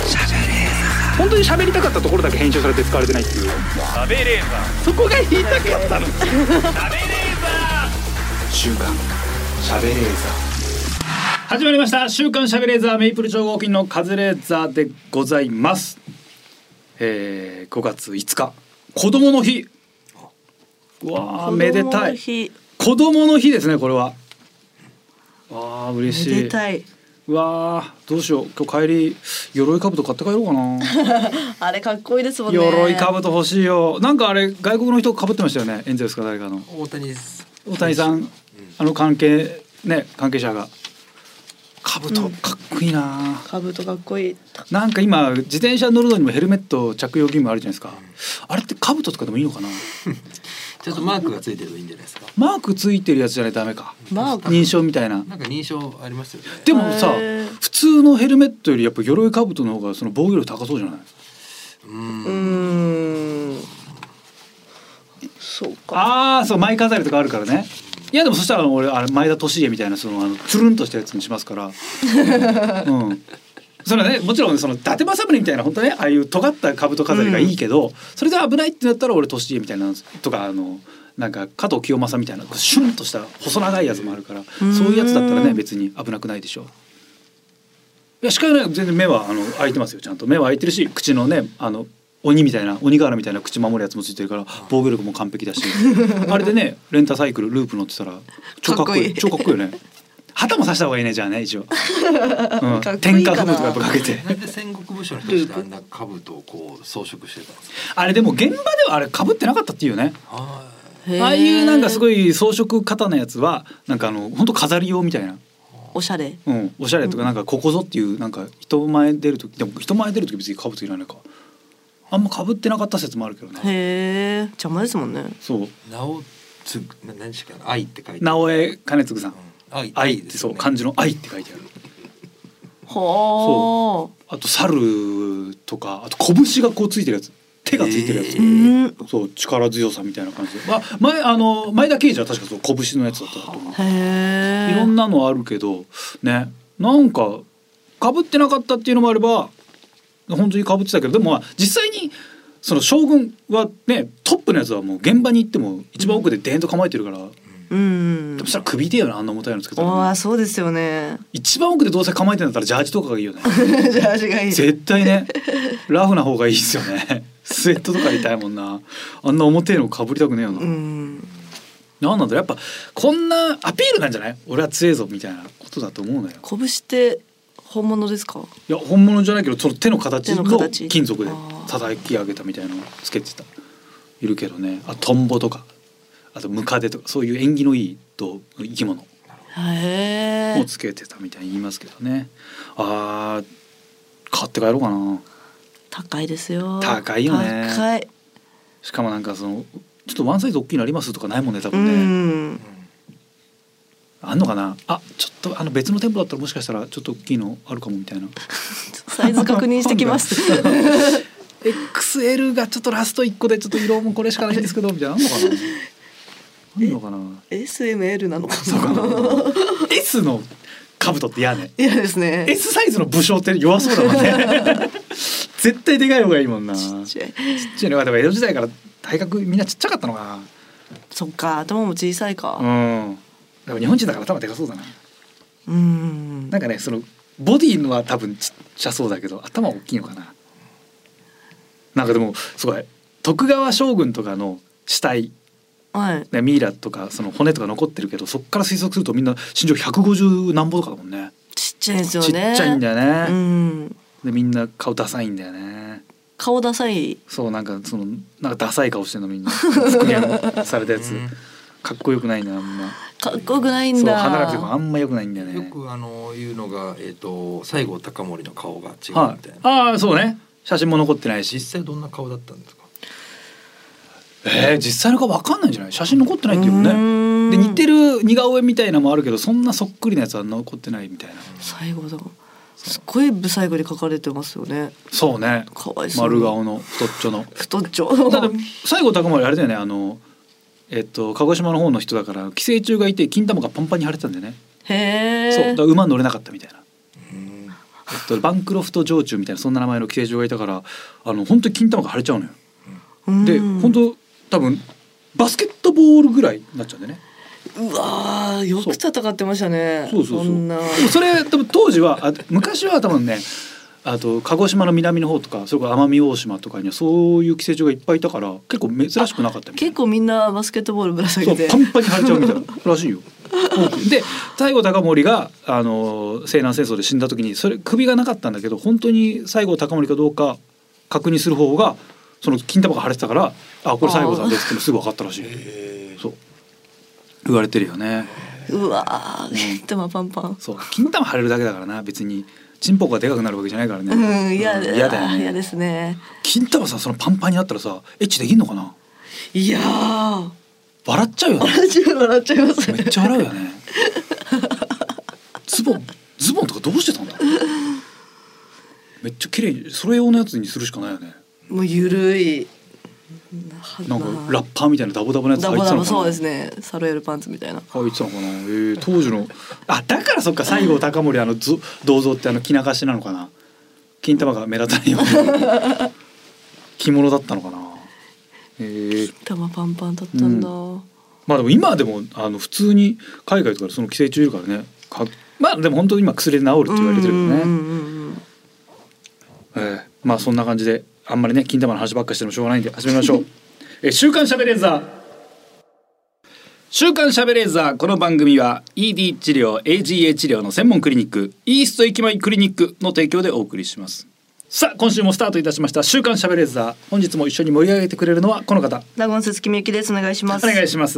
本当に喋りたかったところだけ編集されて使われてないっていう。 喋れーそこが言いたかったの。 喋れー週刊喋れーザ始まりました。週刊しゃべレーザーメイプル超合金のカズレーザーでございます。5月5日子供の日。うわーめでたい。子供の日ですねこれは。わー嬉しい。 めでたい。 うわーどうしよう今日帰り鎧兜買って帰ろうかな。 あれかっこいいですもんね。 鎧兜欲しいよ。なんかあれ外国の人被ってましたよね。エンゼルスか誰かの。 大谷です。 大谷さん、関係者が兜かっこいいな。 兜かっこいい。 なんか今自転車乗るのにもヘルメット着用義務あるじゃないですか。あれって兜とかでもいいのかな。 ちょっとマークがついてるといいんじゃないですか。 マークついてるやつじゃないとダメか。 マーク認証みたいな。 なんか認証ありますよね。 でもさ普通のヘルメットよりやっぱ鎧兜の方がその防御力高そうじゃない。 そうか。 ああそう前飾りとかあるからね。いやでもそしたら俺前田利家みたいなそのつるんとしたやつにしますから。うん。それはねもちろんその伊達政宗みたいな本当ねああいう尖った兜飾りがいいけど、それで危ないってなったら俺利家みたいなとかなんか加藤清正みたいなシュンとした細長いやつもあるから、そういうやつだったらね別に危なくないでしょ。いやしかもね全然目は開いてますよ。ちゃんと目は開いてるし口のね鬼みたいな鬼瓦みたいな口守るやつもついてるから防御力も完璧だしあれでねレンタサイクルループ乗ってたら超かっこいい。超かっこいいよね。旗もさした方がいいねじゃあね一応、天下兜とかやっぱかけて。 なんで戦国武将の人ってあんな兜をこう装飾してたんですか。 あれでも現場ではあれ被ってなかったっていうね。ああいうなんかすごい装飾型のやつはなんか本当飾り用みたいな。 おしゃれ。 おしゃれとかなんかここぞっていうなんか人前出る時でも人前出る時別に兜いらないか。あんま被ってなかった説もあるけどね。 へえ邪魔ですもんね。 そう。 直次何でしたっけ愛って書いて。 直江兼次さん。愛ってそう漢字の愛って書いてある。 はあ。あと猿とかあと拳がこうついてるやつ。手がついてるやつ。そう力強さみたいな感じで。前田慶次は確かそう拳のやつだったと思う。 へえ。 いろんなのあるけどねなんか被ってなかったっていうのもあれば。本当に被ってたけどでも実際にその将軍はねトップのやつはもう現場に行っても一番奥でデーンと構えてるから、でもそしたら首でよねあんな重たいのつけたら、ね。 ああそうですよね。 一番奥でどうせ構えてんだったらジャージとかがいいよね。 ジャージがいい。 絶対ねラフな方がいいですよね。スウェットとか痛いもんな。あんな重てえの被りたくねえよな。なんなんだろうやっぱこんなアピールなんじゃない。俺は強えぞみたいなことだと思うのよ。 拳って本物ですか。 いや本物じゃないけどその手の形の金属で叩き上げたみたいなのをつけてたいるけどね。トンボとかあとムカデとかそういう縁起のいい生き物をつけてたみたいに言いますけどね。買って帰ろうかな。 高いですよ。 高いよね。 高い。 しかもなんかちょっとワンサイズ大きいのありますとかないもんね多分ね。あんのかな。ちょっと別の店舗だったらもしかしたらちょっと大きいのあるかもみたいな。 サイズ確認してきます。 XL がちょっとラスト1個でちょっと色もこれしかないんですけどみたいなあんのかな。あんのかな。 SML なのかな。 そうかな。S の兜って嫌ね。 嫌ですね。 S サイズの武将って弱そうだもんね。絶対でかい方がいいもんな。ちっちゃいのがでも江戸時代から体格みんなちっちゃかったのかな。 そっか頭も小さいか。 だから日本人だから頭でかそうだな。なんかねそのボディのは多分ちっちゃそうだけど頭大きいのかな。なんかでもすごい徳川将軍とかの死体、ミイラとかその骨とか残ってるけどそっから推測するとみんな身長150何歩とかだもんね。 ちっちゃいですよね。 ちっちゃいんだよね。でみんな顔ダサいんだよね。 顔ダサい。 そうなんかダサい顔してんのみんな。復元されたやつ。かっこよくないねあんま。 かっこよくないんだ。 そう歯並びとかあんま良くないんだよね。 よく言うのが西郷隆盛の顔が違うみたいな。 そうね。写真も残ってないし。 実際どんな顔だったんですか。 実際の顔わかんないんじゃない。写真残ってないっていうもんね。で似てる似顔絵みたいなのもあるけどそんなそっくりなやつは残ってないみたいな。 最後だ。すごい不細工に描かれてますよね。 そうね。 かわいそう。 丸顔の太っちょの。 太っちょ。 だって西郷隆盛あれだよね鹿児島の方の人だから寄生虫がいて金玉がパンパンに腫れてたんだよね。 へえ。 そうだから馬乗れなかったみたいな。 バンクロフト常駐みたいなそんな名前の寄生虫がいたから本当に金玉が腫れちゃうのよ。で本当多分バスケットボールぐらいになっちゃうんでね。 うわよく戦ってましたね。 そうそれ多分当時は昔は多分ね鹿児島の南の方とかそれから奄美大島とかにはそういう寄生虫がいっぱいいたから結構珍しくなかったみたいな。 結構みんなバスケットボールぶら下げてパンパンに腫れちゃうみたいならしいよ。で西郷隆盛が西南戦争で死んだ時にそれ首がなかったんだけど本当に西郷隆盛かどうか確認する方がその金玉が腫れてたからこれ西郷さんですってすぐ分かったらしい。そう言われてるよね。 うわ金玉パンパン。 そう金玉腫れるだけだからな別にチンポコがでかくなるわけじゃないからね。 嫌だよね。嫌ですね。 金玉さそのパンパンになったらさエッチできんのかな。 いや笑っちゃうよね。 笑っちゃいますね。 めっちゃ笑うよね。ズボンとかどうしてたんだ。めっちゃ綺麗にそれ用のやつにするしかないよね。 もうゆるいなんかラッパーみたいなダボダボのやつ入ってたのかな。 そうですね。サルエルパンツみたいな入ってたのかな。当時のだからそっか西郷隆盛銅像って着流しなのかな。金玉が目立たないような着物だったのかな。 金玉パンパンだったんだ。 まあでも今でも普通に海外とかでその寄生虫いるからね。まあでも本当に今薬で治るって言われてるよね。まあそんな感じであんまりね金玉の話ばっかしてもしょうがないんで始めましょう。週刊しゃべれーザー。週刊しゃべれーザー。この番組は ED 治療 AGA 治療の専門クリニックイースト駅前クリニックの提供でお送りします。さあ今週もスタートいたしました週刊しゃべれーザー。本日も一緒に盛り上げてくれるのはこの方納言鈴木みゆきです。お願いします。 お願いします。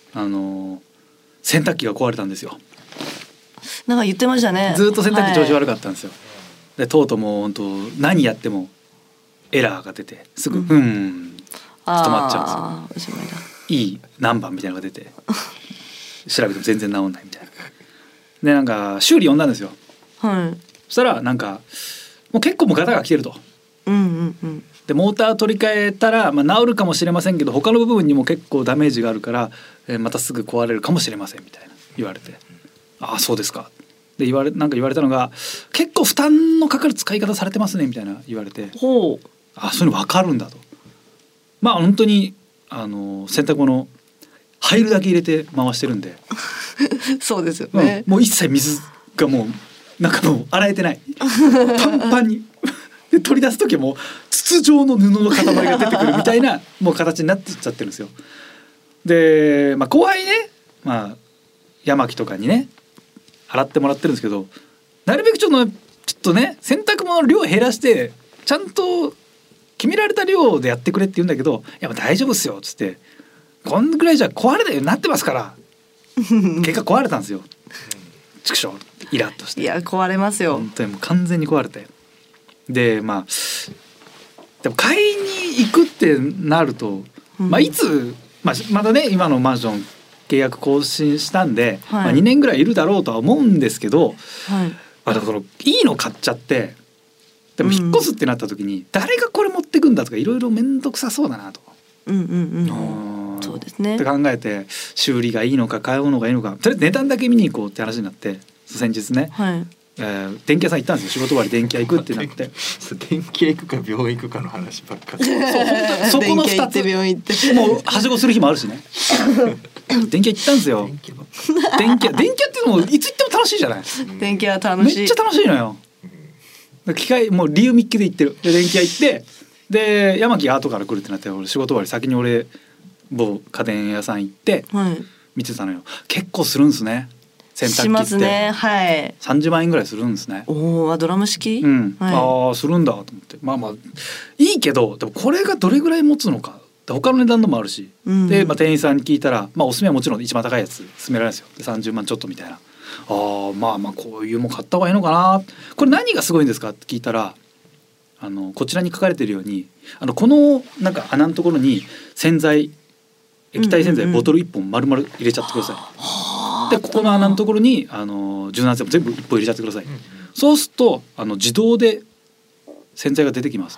洗濯機が壊れたんですよ。 なんか言ってましたね。 ずっと洗濯機調子悪かったんですよ。でとうとうもう本当何やってもエラーが出てすぐ止まっちゃうんですよ。いい何番みたいなのが出て調べても全然治んないみたいな。でなんか修理呼んだんですよ。 はい。 そしたらなんかもう結構もうガタが来てると。でモーター取り替えたら、治るかもしれませんけど他の部分にも結構ダメージがあるから、またすぐ壊れるかもしれませんみたいな言われて、ああそうですか。でなんか言われたのが結構負担のかかる使い方されてますねみたいな言われて、 ほう、 あそういうの分かるんだと。本当に洗濯物入るだけ入れて回してるんでそうですよね、 もう一切水がもうなんかもう洗えてないパンパンにで取り出す時も筒状の布の塊が出てくるみたいなもう形になってっちゃってるんですよ。で、後輩ね、山木とかにね洗ってもらってるんですけど、なるべくちょっとね洗濯物の量減らしてちゃんと決められた量でやってくれって言うんだけど、やっぱ大丈夫っすよっつって、こんぐらいじゃ壊れないようになってますから結果壊れたんですよ。畜生イラッとして。 いや壊れますよ本当にもう完全に壊れて、ででも買いに行くってなると、いつ、まだね今のマンション契約更新したんで、2年ぐらいいるだろうとは思うんですけど、だからいいの買っちゃってでも引っ越すってなった時に誰がこれ持ってくんだとかいろいろ面倒くさそうだなと、そうですねって考えて修理がいいのか買うのがいいのか、とりあえず値段だけ見に行こうって話になって先日ね、電気屋さん行ったんですよ。仕事終わり電気屋行くってなって電気屋行くか病院行くかの話ばっかりそこの2つ病院行ってもうはしごする日もあるしね電気屋行ったんですよ。電気屋っていうのもいつ行っても楽しいじゃない。 電気屋楽しい、 めっちゃ楽しいのよ。機械もう理由ミッキで行ってる。で電気屋行ってで山木後から来るってなって、俺仕事終わり先に某家電屋さん行って見てたのよ。結構するんですね洗濯機って。しますね、30万円ぐらいするんですね。 ドラム式、 するんだと思って、いいけどでもこれがどれぐらい持つのか、他の値段のもあるし、で、店員さんに聞いたら、おすすめはもちろん一番高いやつ勧められるんですよ。で30万ちょっとみたいな。こういうもん買った方がいいのかな。これ何がすごいんですかって聞いたら、こちらに書かれているようにこのなんか穴のところに液体洗剤ボトル1本丸々入れちゃってください。でここの穴のところに柔軟剤も全部1本入れちゃってください。そうすると自動で洗剤が出てきます。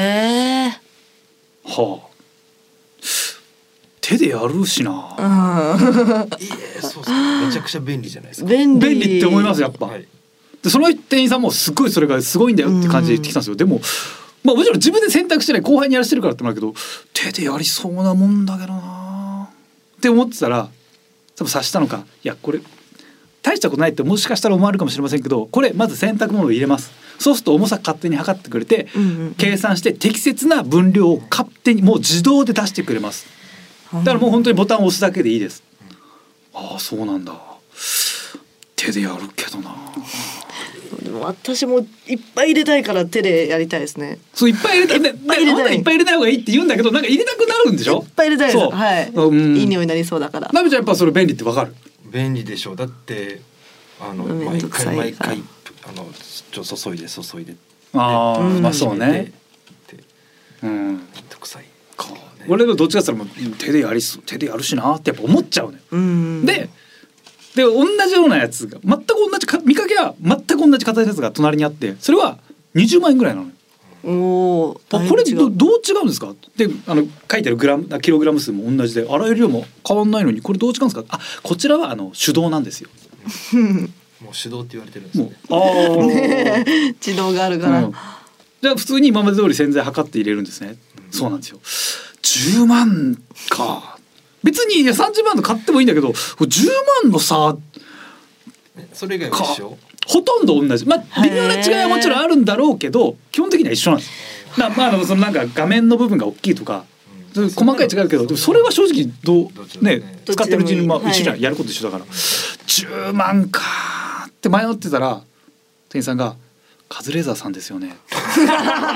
手でやるしな。 そうめちゃくちゃ便利じゃないですか。 便利って思いますやっぱ。 でその店員さんもすごいそれがすごいんだよって感じで言ってきたんですよ。でもまあもちろん自分で選択してない後輩にやらせてるからってなるけど手でやりそうなもんだけどなって思ってたら多分察したのか、いやこれ大したことないってもしかしたら思われるかもしれませんけど、これまず洗濯物を入れます。そうすると重さ勝手に測ってくれて、計算して適切な分量を勝手にもう自動で出してくれます。だからもう本当にボタンを押すだけでいいです。ああそうなんだ。手でやるけどな。 でも私もいっぱい入れたいから手でやりたいですね。 そういっぱい入れたい。いっぱい入れない方がいいって言うんだけど、なんか入れたくなるんでしょ。 いっぱい入れたいです。 そうはい。いい匂いになりそうだから。 なべちゃんやっぱそれ便利ってわかる。 便利でしょう。だって毎回注いでああ、まあそうね。 めんどくさい。 俺のどっちかって言ったらもう手でやるしなってやっぱ思っちゃうね。で同じようなやつが全く同じ見かけは全く同じ形のやつが隣にあって、それは20万円ぐらいなのよ。これどう違うんですかで書いてあるキログラム数も同じで洗える量も変わんないのにこれどう違うんですか。あ、こちらは手動なんですよ。 もう手動って言われてるんですね。 自動があるから、 じゃあ普通に今まで通り洗剤測って入れるんですね。そうなんですよ。10万か。別に30万の買ってもいいんだけど10万の差それ以外は一緒。 ほとんど同じ。まあ微妙な違いはもちろんあるんだろうけど基本的には一緒なんです。まあそのなんか画面の部分が大きいとか、細かい違うけど、でもそれは正直ね使ってるうちに一緒じゃん、やること一緒だから。10万かって迷ってたら店員さんがカズレーザーさんですよね。う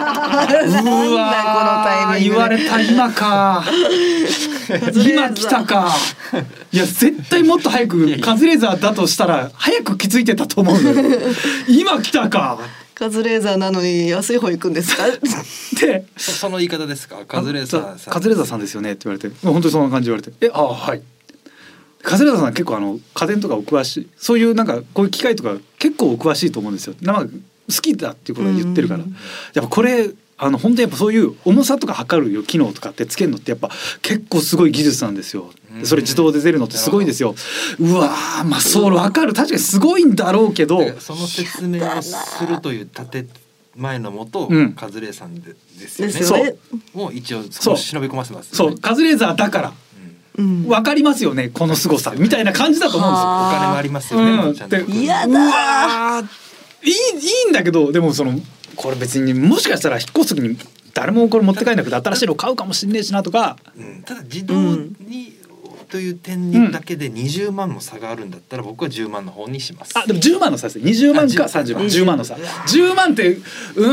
わ言われた今か今来たか。いや絶対もっと早くカズレーザーだとしたら早く気づいてたと思うのよ。今来たか。 カズレーザーなのに安い方行くんですか。 でその言い方ですか。カズレーザーさん。 カズレーザーさんですよねって言われて、本当にそんな感じで言われて、はい。カズレーザーさん結構家電とかお詳しい、そういうなんかこういう機械とか結構お詳しいと思うんですよ。好きだっていうことを言ってるから、やっぱこれ本当にやっぱそういう重さとか測る機能とかってつけるのってやっぱ結構すごい技術なんですよ。それ自動で出るのってすごいですよ。うわまあそう分かる。確かにすごいんだろうけど、 その説明をするという建前のもと、カズレーザーですよね。そうもう一応少し忍び込ませます、ね。そうカズレーザーだから。わかりますよねこの凄さみたいな感じだと思うんですよ。 お金もありますよね。 いやだいいんだけど、でもこれ別にもしかしたら引っ越す時に誰もこれ持って帰んなくて新しいの買うかもしんねえしなとか、 ただ自動に、という点にだけで20万の差があるんだったら僕は10万の方にします。 でも10万の差です。20万か30万、10万の差。10万ってで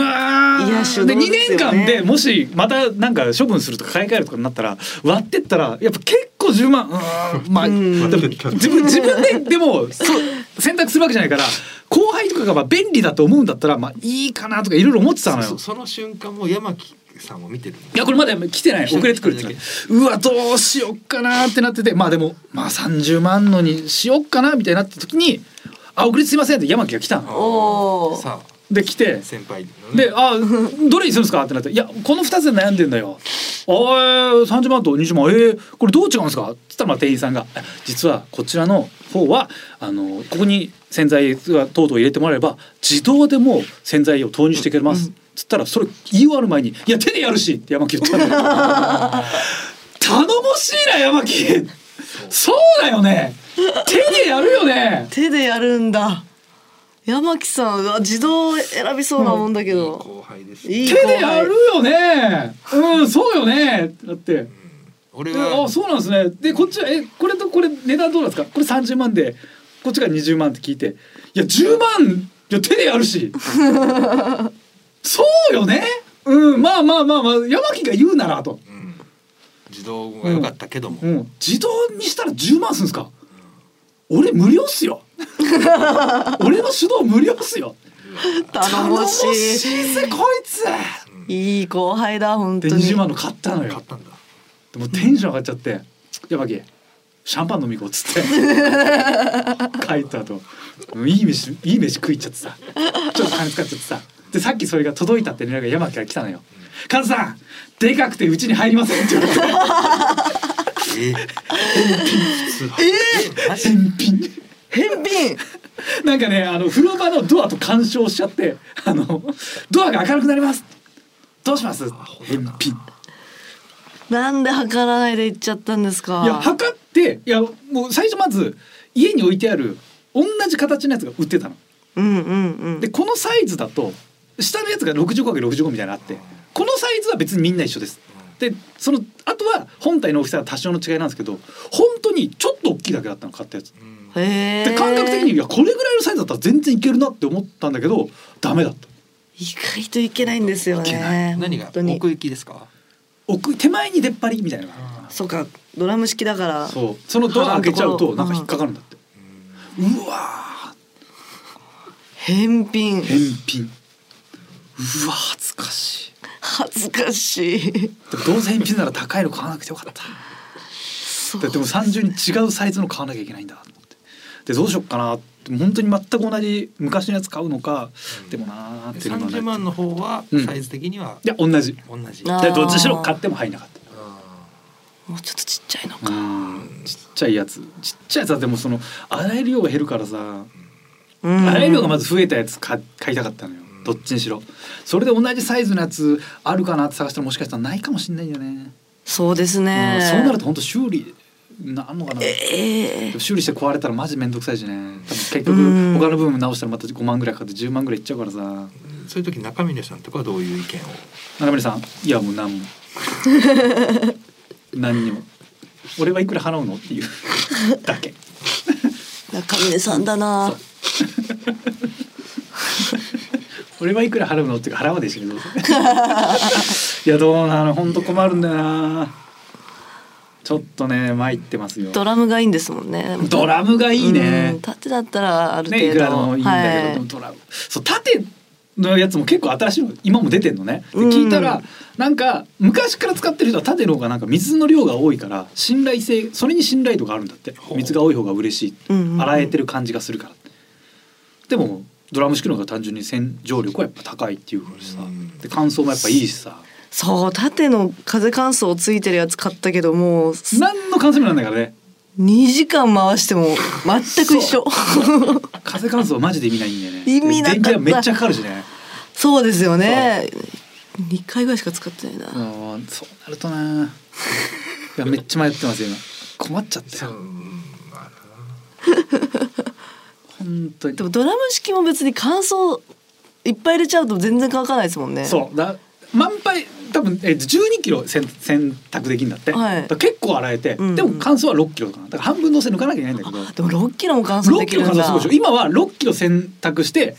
2年間でもしまたなんか処分するとか買い替えるとかになったら割ってったらやっぱ結構10万まあ自分ででも選択するわけじゃないから、後輩とかが便利だと思うんだったらまあいいかなとかいろいろ思ってたのよ。 その瞬間も山木さんを見てる。 いやこれまだ来てない、遅れてくるってうわどうしよっかなってなってて、まあでも30万のにしよっかなみたいになった時に遅れてすいませんって山木が来たの。 さあで来て先輩でどれにするんですかってなって、いやこの2つで悩んでんだよ。30万と20万これどう違うんですかって言ったら店員さんが実はこちらの方はここに洗剤がとうとう入れてもらえれば自動でもう洗剤を投入してくれます、つったらそれ言い終わる前にいや手でやるしって山木言ったの。頼もしいな山木。そうだよね、手でやるよね。 手でやるんだ。山木さんは自動選びそうなもんだけど、 後輩です。 手でやるよね。そうよねだって、 俺はそうなんですね。でこっちはこれとこれ値段どうなんですか。これ30万でこっちが20万って聞いて、いや10万いや手でやるしそうよね。まあ山木が言うならと、 自動が良かったけども、 自動にしたら10万すんすか。俺無料っすよ。俺の手動無料っすよ。 頼もしいぜこいつ。 いい後輩だ本当に。 20万の買ったのよ。でもテンション上がっちゃって、山木シャンパン飲み行こうっつって帰った後いい飯食いちゃってさ、ちょっと金使っちゃってさ、でさっきそれが届いたって連絡が山木から来たのよ。カズさんでかくてうちに入りませんって言われて返品返品なんかね風呂場のドアと干渉しちゃってドアが明るくなりますどうします返品。 なんで測らないで行っちゃったんですか。 いや測ってもう最初まず家に置いてある同じ形のやつが売ってたの、でこのサイズだと下のやつが 65×65 みたいなのあってこのサイズは別にみんな一緒です。でそのあとは本体の大きさが多少の違いなんですけど本当にちょっと大きいだけだったの買ったやつ。で感覚的にいやこれぐらいのサイズだったら全然いけるなって思ったんだけどダメだった。 意外といけないんですよね。 何が奥行きですか。 手前に出っ張りみたいな。 そうかドラム式だから。 そのドア開けちゃうとなんか引っかかるんだって。うわ返品。 うわ恥ずかしい。 恥ずかしい。 でもどうせ返品なら高いの買わなくてよかった。でも単純に違うサイズの買わなきゃいけないんだと思って。でどうしよっかなって本当に全く同じ昔のやつ買うのか、でもなーっていうのはね。 30万の方はサイズ的には、 いや同じ。でどっちしろ買っても入んなかった。 もうちょっとちっちゃいのか。 ちっちゃいやつはでもその洗える量が減るからさ、洗える量がまず増えたやつ買いたかったのよ。どっちにしろそれで同じサイズのやつあるかなって探したらもしかしたらないかもしれないんだよね。 そうですね、 そうなると本当修理なんのかな、修理して壊れたらマジめんどくさいしね。多分結局他の部分直したらまた5万ぐらいかかって10万ぐらいいっちゃうからさ。 そういう時中峰さんとかはどういう意見を。 中峰さんいやもう何にも俺はいくら払うのっていうだけ。 中峰さんだな。 俺はいくら払うのっていうか払わでしょどうせ。いやどうなの本当困るんだよな。ちょっとね参ってますよ。 ドラムがいいんですもんね。 ドラムがいいね。 縦だったらある程度、 いくらでもいいんだけど、ドラムそう縦のやつも結構新しいの今も出てんのね。で聞いたらなんか昔から使ってる人は縦の方がなんか水の量が多いから信頼性それに信頼度があるんだって。水が多い方が嬉しい、洗えてる感じがするから。でもドラム式の方が単純に洗浄力はやっぱ高いっていうからさ、で乾燥もやっぱいいしさ。 そう縦の風乾燥ついてるやつ買ったけどもう何の乾燥にもなんないからね。 2時間回しても全く一緒。 風乾燥マジで意味ないんだよね。 意味なかった。 電気はめっちゃかかるしね。 そうですよね。2回ぐらいしか使ってないな。 そうなるとな。いやめっちゃ迷ってますよ今。困っちゃったよ。本当に。 でもドラム式も別に乾燥いっぱい入れちゃうと全然乾かないですもんね。 そうだ満杯多分12キロ洗濯できるんだって、だ結構洗えて、でも乾燥は6キロとかな。だから半分のせ抜かなきゃいけないんだけど。 でも6キロも乾燥できるんだ。 6キロ乾燥するでしょ。今は6キロ洗濯して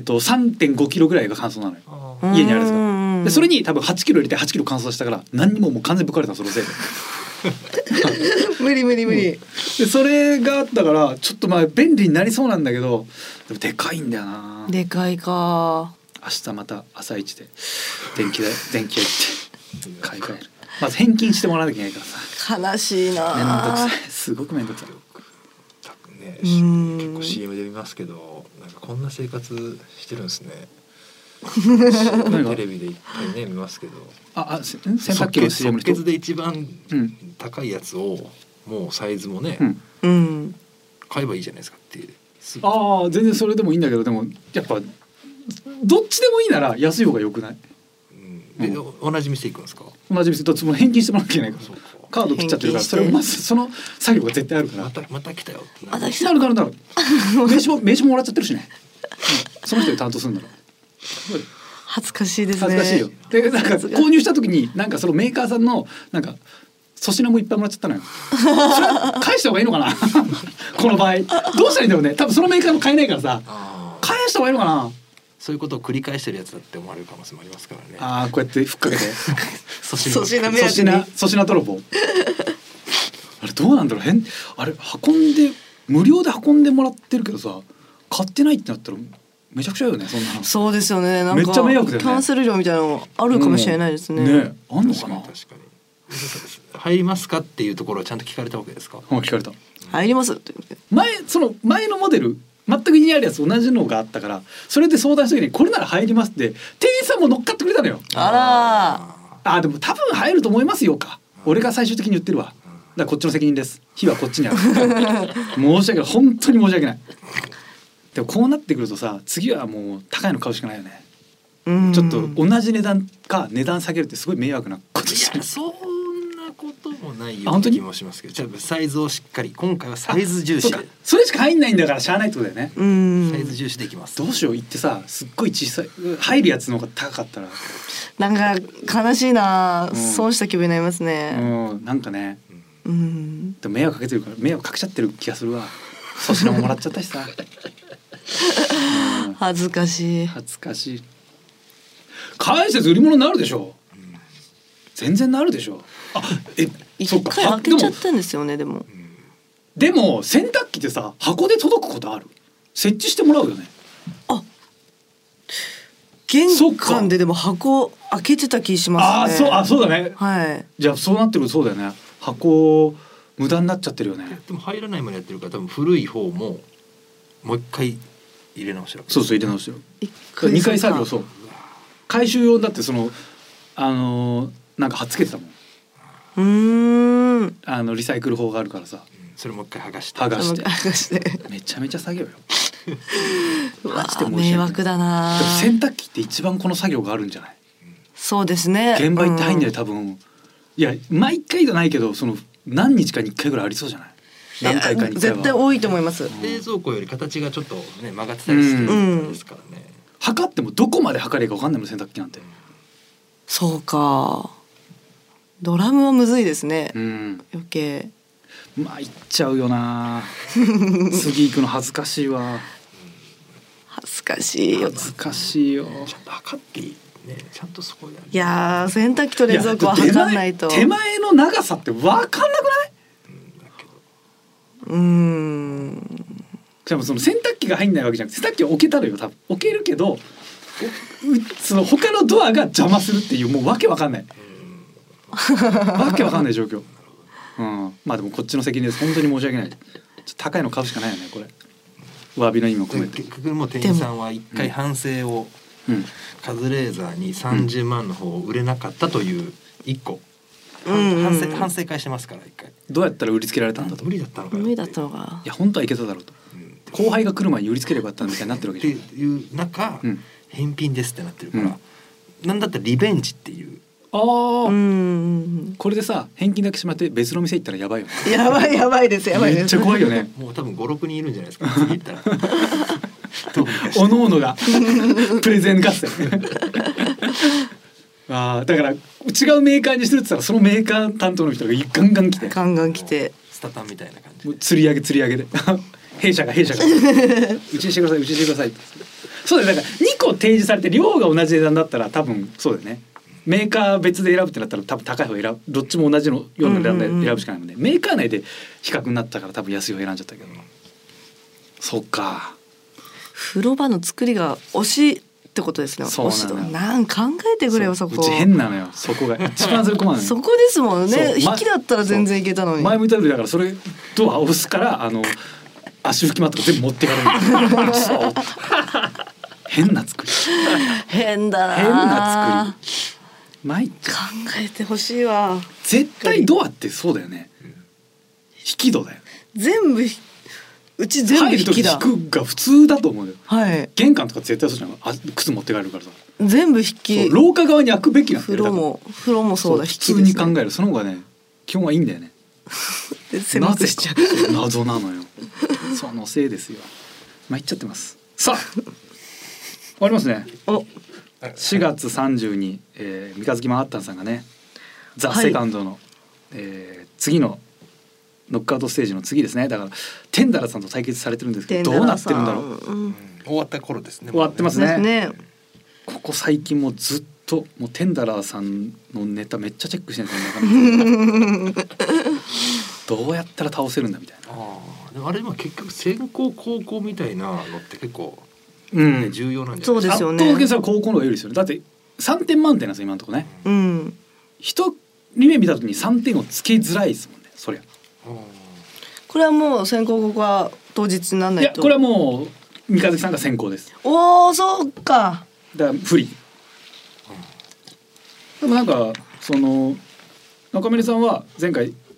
3.5 キロぐらいが乾燥なのよ。家にあるんですから。でそれに多分8キロ入れて8キロ乾燥したから何にももう完全にぶっかれたそのせいで。 無理。 でそれがあったからちょっとまあ便利になりそうなんだけどでもでかいんだよな。 でかいか。 明日また朝一で電気屋行って買い替える。まず返金してもらわなきゃいけないからさ。 悲しいな。 めんどくさい。すごくめんどくさい。 ね、結構 CM で見ますけどなんかこんな生活してるんですね。テレビでいっぱいね見ますけど。 洗濯機の CM の人。 即決で一番高いやつをもうサイズもね、買えばいいじゃないですかっていう。 全然それでもいいんだけどでもやっぱどっちでもいいなら安い方が良くない？ で同じ店行くんですか？ 同じ店どっちも返金してもらわなきゃいけないから。カード切っちゃってるからそれまずその作業が絶対あるから。 また来たよって。 なる名刺ももらっちゃってるしね。その人で担当するんだろう。 恥ずかしいですね。 恥ずかしいよ。でなんか購入した時になんかそのメーカーさんのなんか粗品もいっぱいもらっちゃったのよ。それ返した方がいいのかなこの場合どうしたらいいんだろうね。多分そのメーカーも買えないからさ返した方がいいのかな。 そういうことを繰り返してるやつだって思われる可能性もありますからね。 こうやってふっかけて粗品泥棒。あれどうなんだろう。あれ無料で運んでもらってるけどさ買ってないってなったらめちゃくちゃよねそんなの。 そうですよね。なんかめっちゃ迷惑だよね。 キャンセル料みたいなのあるかもしれないですね。 あんのかな。 確かに入りますかっていうところはちゃんと聞かれたわけですか？ 聞かれた。 入りますってその前のモデル全く家にあるやつ同じのがあったからそれで相談した時にこれなら入りますって店員さんも乗っかってくれたのよ。 あらでも多分入ると思いますよか。俺が最終的に言ってるわ。 らこっちの責任です。火はこっちにある。申し訳ない、本当に申し訳ない。でもこうなってくるとさ、次はもう高いの買うしかないよね。ちょっと同じ値段か値段下げるってすごい迷惑なことしてる。 いやそんなこともないような気もしますけど、ちょっとサイズをしっかり、今回はサイズ重視で、 それしか入んないんだからしゃあないってことだよね。 サイズ重視でいきます。 どうしよう、言ってさ、すっごい小さい入るやつの方が高かったらなんか悲しいな、損した気分になりますね。 なんかね、 でも迷惑かけてるから、迷惑かけちゃってる気がするわ。粗品ももらっちゃったしさ。 恥ずかしい。 恥ずかしい。返せず売り物になるでしょ。全然なるでしょ。 一回開けちゃったんですよね。でも洗濯機ってさ、箱で届くことある？設置してもらうよね。 玄関ででも箱開けてた気しますね。 そうだね。 はい。 じゃあそうなってる、そうだよね。箱無駄になっちゃってるよね。 でも入らないまでやってるから、多分古い方ももう一回入れ直してる。 そう入れ直してる。2回作業。そう回収用だって、なんか貼っつけてたもん。リサイクル法があるからさ、 それもう一回剥がしてめちゃめちゃ作業よ。 マジで迷惑だな。 でも洗濯機って一番この作業があるんじゃない？ そうですね。 現場行って入んない、多分。いや毎回じゃないけど、何日かに1回ぐらいありそうじゃない？何回かに1回は絶対多いと思います。 冷蔵庫より形がちょっとね曲がってたりするんですからね。 測ってもどこまで測ればか分かんないもん、洗濯機なんて。 そうか。ドラムはむずいですね。余計。 まあ行っちゃうよな。次行くの恥ずかしいわ。 恥ずかしいよ。 恥ずかしいよ。 ちゃんと測っていいね。ちゃんとそこや。 いや洗濯機と冷蔵庫は測らないと。 手前の長さって分かんなくない？でもその洗濯機が入んないわけじゃなくて、洗濯機は置けたのよ、多分置けるけど、その他のドアが邪魔するっていう、もうわけわかんない、わけわかんない状況。まあでもこっちの責任です。本当に申し訳ない。高いの買うしかないよね、これ。詫びの意味を込めて。 結局もう店員さんは一回反省を、カズレーザーに30万の方を売れなかったという一個、反省会してますから。一回どうやったら売りつけられたんだと。 無理だったのか。 無理だったのか。 いや本当はいけただろうと。後輩が来る前に売りつければよかったみたいになってるわけじゃん。 っていう中、返品ですってなってるから、なんだったらリベンジっていう。 これでさ、返金だけしまって別の店行ったらやばいよね。 やばいです。 めっちゃ怖いよね。 もう多分5、6人いるんじゃないですか。次行ったら。 おのおのがプレゼン合戦。だから違うメーカーにするって言ったら、そのメーカー担当の人がガンガン来てスタタンみたいな感じで釣り上げで弊社がうちにしてくださいそうだよ。だから2個提示されて量が同じ値段だったら多分そうだよね。メーカー別で選ぶってなったら多分高い方選ぶ、どっちも同じのような値段で選ぶしかないので、メーカー内で比較になったから多分安い方選んじゃったけど。そっか。 風呂場の作りが推しってことですね。 そうなのよ。 なん考えてくれよ、そこ。 うち変なのよ、そこが一番それ困るのよ。 そこですもんね。引きだったら全然いけたのに。 前向いた時だから、それドア押すから足拭きマットが全部持ってかれる。変な作り。 変だな。 変な作り。考えてほしいわ。 絶対ドアってそうだよね。引き戸だよ。 全部うち全部引きだ。 引くが普通だと思うよ。 はい。 玄関とか絶対そうじゃない。靴持って帰るからさ。 全部引き。 廊下側に開くべきなんだよ。風呂もそうだ。 普通に考える。その方がね、基本はいいんだよね。 狭くしちゃう。 謎なのよ。そのせいですよ。参っちゃってます。さあ、終わりますね。4月30に、三日月マンハッタンさんがね、ザ・セカンドの、次のノックアウトステージの次ですね。だからテンダラさんと対決されてるんですけど、どうなってるんだろう。 終わった頃ですね。 終わってますね。ここ最近もずっともうテンダラーさんのネタめっちゃチェックしてるんですよ。どうやったら倒せるんだみたいな。 でもあれ今結局先攻後攻みたいなのって結構、重要なんじゃないですか。 そうですよね。 圧倒的に高校の方が有利ですよね。だって3点満点なんですよ今のところね。一人目見た時に3点をつけづらいですもんね。そりゃ。 これはもう先行後攻は当日にならないと。 いやこれはもう三日月さんが先行です。 おお、そうか。 だから不利。でもなんかその中村さんは前回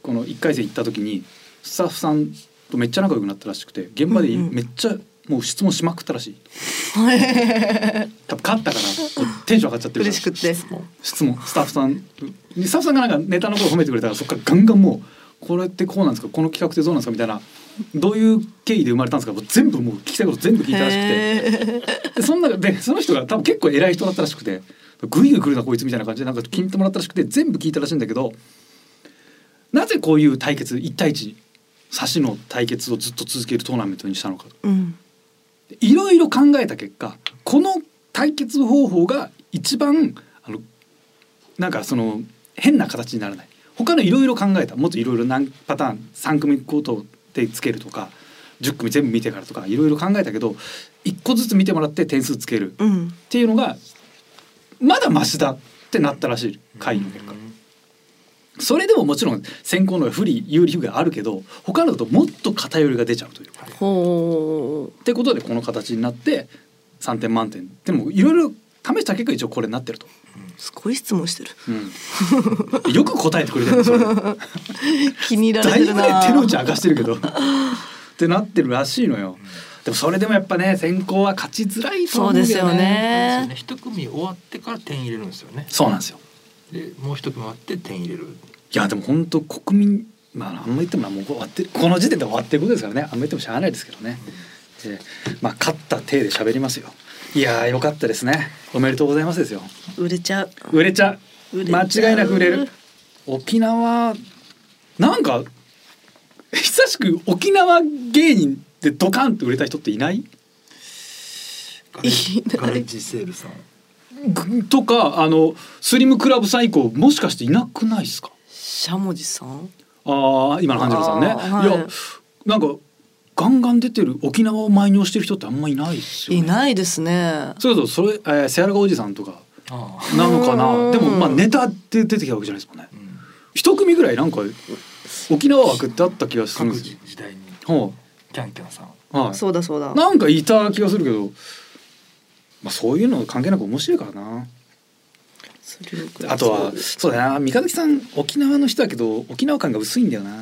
この1回戦行った時にスタッフさんとめっちゃ仲良くなったらしくて、現場でめっちゃもう質問しまくったらしい。多分勝ったからテンション上がっちゃってるから嬉しくって質問スタッフさんがなんかネタのこと褒めてくれたからそっからガンガンもうこれってこうなんですか、この企画ってどうなんですかみたいな、どういう経緯で生まれたんですか、もう全部もう聞きたいこと全部聞いたらしくて、でその中でその人が多分結構偉い人だったらしくて、グイグイ来るなこいつみたいな感じでなんか聞いてもらったらしくて全部聞いたらしいんだけど、なぜこういう対決1対1差しの対決をずっと続けるトーナメントにしたのかと、いろいろ考えた結果この対決方法が一番なんかその変な形にならない、他のいろいろ考えた、もっといろいろ何パターン3組ごとでつけるとか10組全部見てからとかいろいろ考えたけど1個ずつ見てもらって点数つけるっていうのがまだマシだってなったらしい会議の結果。それでももちろん先行の不利有利不利があるけど他のだともっと偏りが出ちゃうというか、ってことでこの形になって3点満点でもいろいろ試した結果一応これになってると。 すごい質問してる、 よく答えてくれてるそれ気に入られてるな、 だいぶね手の内明かしてるけどってなってるらしいのよ。でもそれでもやっぱね先行は勝ちづらいと思うんだよね。 そうですよね。 一組終わってから点入れるんですよね。 そうなんですよ。 でもう一組終わって点入れる。 いやでも本当国民あんま言ってももう終わってこの時点で終わってることですからね、あんま言ってもしゃあないですけどね。勝った体で喋りますよ。いや良かったですね。おめでとうございますですよ。 売れちゃう間違いなく売れる。沖縄なんか久しく沖縄芸人でドカンって売れた人っていない？ ガレッジセールさんとかスリムクラブさん以降もしかしていなくないですか？ しゃもじさん、 今のハンジェルさんね、いやなんかガンガン出てる沖縄を毎日してる人ってあんまいないですよね。 いないですね。 そうそれセアラガおじさんとかなのかな。でもネタで出てきたわけじゃないですもんね。一組ぐらいなんか沖縄枠ってあった気がするんですよ。 各時代にキャンキャンさん、 そうだそうだ、 なんかいた気がするけど、そういうの関係なく面白いからな。あとはそうだな、三日月さん沖縄の人だけど沖縄感が薄いんだよな。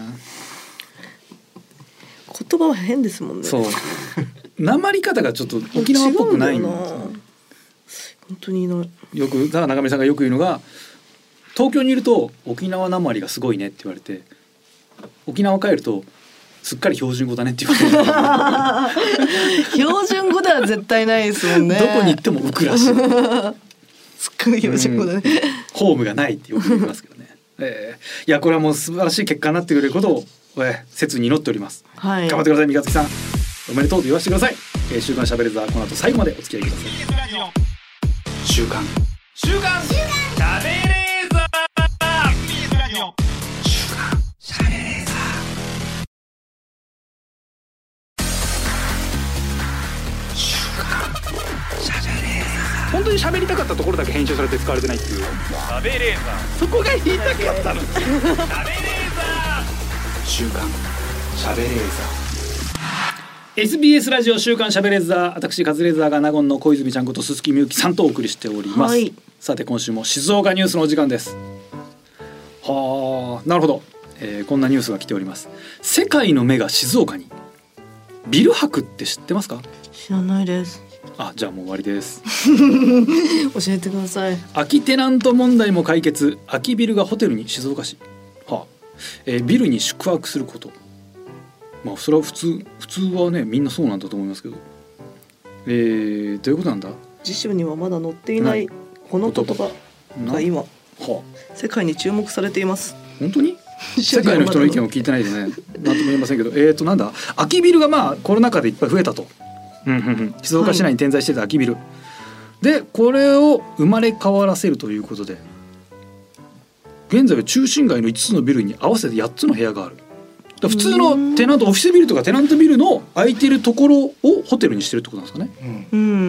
言葉は変ですもんね。 そう訛り方がちょっと沖縄っぽくないんだよな。 本当によくだから中村さんがよく言うのが、東京にいると沖縄訛りがすごいねって言われて、沖縄帰るとすっかり標準語だねって言われて標準語では絶対ないですもんね。 どこに行っても浮くらしいすっごい標準語だね、 ホームがないってよく言いますけどね、いやこれはもう素晴らしい結果になってくれることを、切に祈っております、頑張ってください。三日月さんおめでとうと言わせてください。週刊しゃべれザーこの後最後までお付き合いください。週刊しゃべれーザー本当に喋りたかったところだけ編集されて使われてないっていう。喋れーザー、そこが言いたかったの。喋れーザー、週刊喋れーザー。SBS ラジオ週刊しゃべれーザー、私カズレーザーが納言の小泉ちゃんこと鈴木みゆきさんとお送りしております、さて今週も静岡ニュースのお時間です。はあ、なるほど、こんなニュースが来ております。世界の目が静岡に。ビル博って知ってますか？ 知らないです。 じゃあもう終わりです教えてください。 空きテナント問題も解決、空きビルがホテルに。静岡市、ビルに宿泊すること、それは普通はねみんなそうなんだと思いますけど、どういうことなんだ。 辞書にはまだ載っていないこの言葉が今、世界に注目されています。 本当に世界の人の意見を聞いてないでねなんとも言えませんけど、なんだ、空きビルがコロナ禍でいっぱい増えたと。静岡市内に点在していた空きビル、でこれを生まれ変わらせるということで、現在は中心街の5つのビルに合わせて8つの部屋がある。普通のテナントオフィスビルとかテナントビルの空いてるところをホテルにしてるってことなんですかね。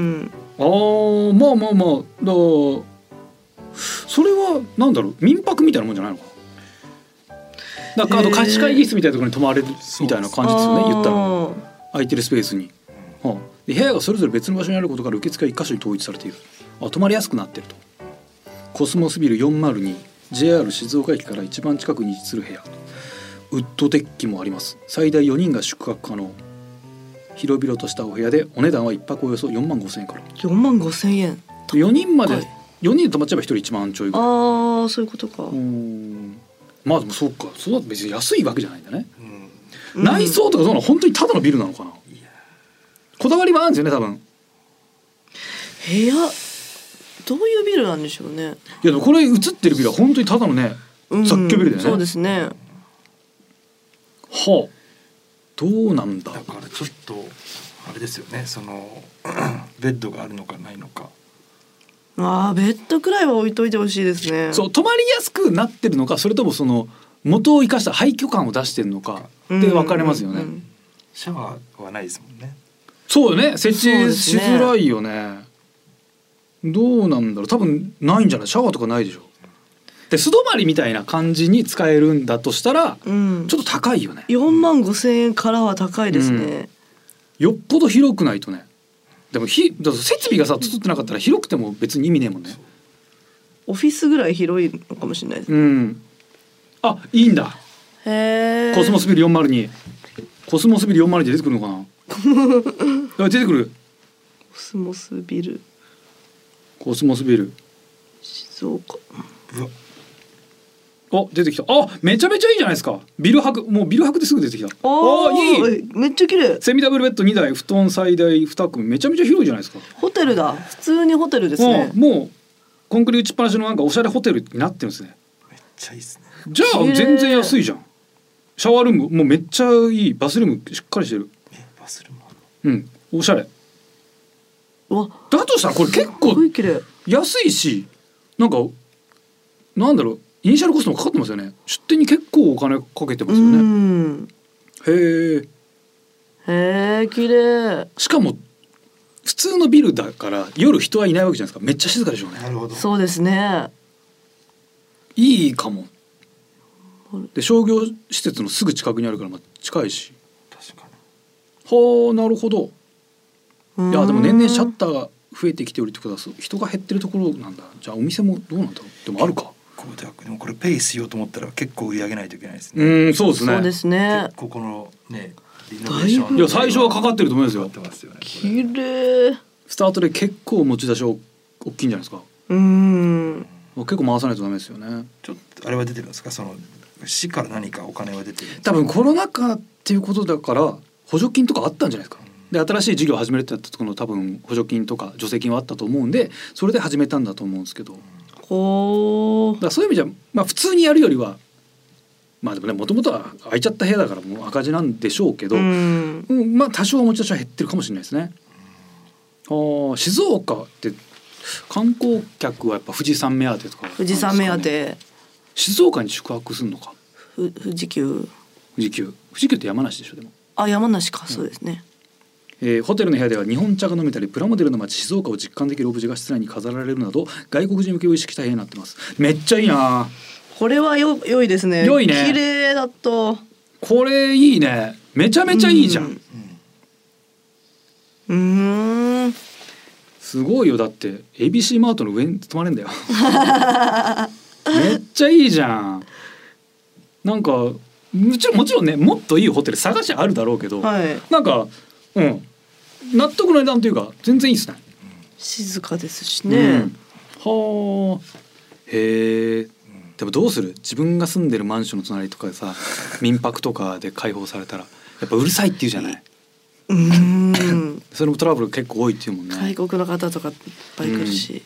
だそれはなんだろう、民泊みたいなもんじゃないのかな。だから貸し会議室みたいなところに泊まれるみたいな感じですよね、言ったら空いてるスペースに。で部屋がそれぞれ別の場所にあることから受付が1箇所に統一されている。泊まりやすくなっていると。コスモスビル402 JR 静岡駅から一番近くに位置する部屋。 ウッドデッキもあります。最大4人が宿泊可能。広々としたお部屋でお値段は1泊およそ4万5千円から。 4万5千円。 4人まで、 はい、 4人で泊まっちゃえば1人1万ちょいぐらい。 ああそういうことか。 まあでもそうか、そうだと別に安いわけじゃないんだね、 うん、 内装とかどうなの、本当にただのビルなのかな。こだわりはあるんですよね多分。 部屋どういうビルなんでしょうね。 いやでもこれ映ってるビルは本当にただのね、雑居ビルだよね。 そうですね。 はあ、どうなんだ。 だからちょっとあれですよね、そのベッドがあるのかないのか。 ああベッドくらいは置いといてほしいですね。 そう、泊まりやすくなってるのか、それともその元を生かした廃墟感を出してるのかで分かれますよね、 シャワーはないですもんね。 そうよね、設置しづらいよね。どうなんだろう、多分ないんじゃない、シャワーとかないでしょ。で素泊まりみたいな感じに使えるんだとしたら、ちょっと高いよね。 4万5千円からは高いですね、 よっぽど広くないとね。でもだと設備がさ整ってなかったら広くても別に意味ねえもんね。 オフィスぐらい広いのかもしれないです、 あ、いいんだ。 へえ。 コスモスビル402、コスモスビル402で出てくるのかな出てくる。 コスモスビル、 コスモスビル静岡。 あ、出てきた。あ、めちゃめちゃいいじゃないですか。ビル泊、もうビル泊ですぐ出てきた。 あいい。 めっちゃ綺麗。 セミダブルベッド2台、布団最大2組、めちゃめちゃ広いじゃないですか。 ホテルだ。普通にホテルですね。 もうコンクリ打ちっぱなしのなんかおしゃれホテルになってるんですね。 めっちゃいいですね。 じゃあ全然安いじゃん。シャワールームもうめっちゃいい、バスルームしっかりしてる。 バスルームある。おしゃれ。 わ、 だとしたらこれ結構安いし、なんかなんだろう、イニシャルコストもかかってますよね。出店に結構お金かけてますよね。へえ綺麗。 しかも普通のビルだから夜人はいないわけじゃないですか。めっちゃ静かでしょうね。 なるほど。 そうですね。 いいかも。で商業施設のすぐ近くにあるから近いし。 確かに。はあ、なるほど。いやでも年々シャッターが増えてきておりってことは人が減ってるところなんだ。じゃあお店もどうなんだろう。でもあるか。 でもこれペイしようと思ったら結構売り上げないといけないですね。 そうですね。 そうですね。 結構このねリノベーション、 いや最初はかかってると思いますよ。 綺麗。 スタートで結構持ち出し大きいんじゃないですか。結構回さないとダメですよね。 ちょっとあれは出てるんですか、その市から何かお金は出てるんですか。 多分コロナ禍っていうことだから補助金とかあったんじゃないですか。で新しい事業を始めるってなったところの多分補助金とか助成金はあったと思うんで、それで始めたんだと思うんですけど、だからそういう意味じゃ、普通にやるよりはでもね、もともとは空いちゃった部屋だからもう赤字なんでしょうけど、多少持ち出しは減ってるかもしれないですね。静岡って観光客はやっぱ富士山目当てとか、 富士山目当て。 静岡に宿泊するのか。 富士急って山梨でしょ。でも山梨か、そうですね。 ホテルの部屋では日本茶が飲めたりプラモデルの街静岡を実感できるオブジェが室内に飾られるなど外国人向けを意識した部屋になってます。めっちゃいいな。 これは良いですね。 良いね。 綺麗だと。 これいいね。めちゃめちゃいいじゃん。すごいよ。だって ABC マートの上に泊まれんだよ。めっちゃいいじゃん。なんかもちろんね、もっといいホテル探しあるだろうけど、なんか納得の値段というか全然いいですね。 静かですしね。 はあ。へえ。でもどうする？自分が住んでるマンションの隣とかでさ、民泊とかで開放されたらやっぱうるさいって言うじゃない。それもトラブル結構多いっていうもんね。 外国の方とかいっぱい来るし。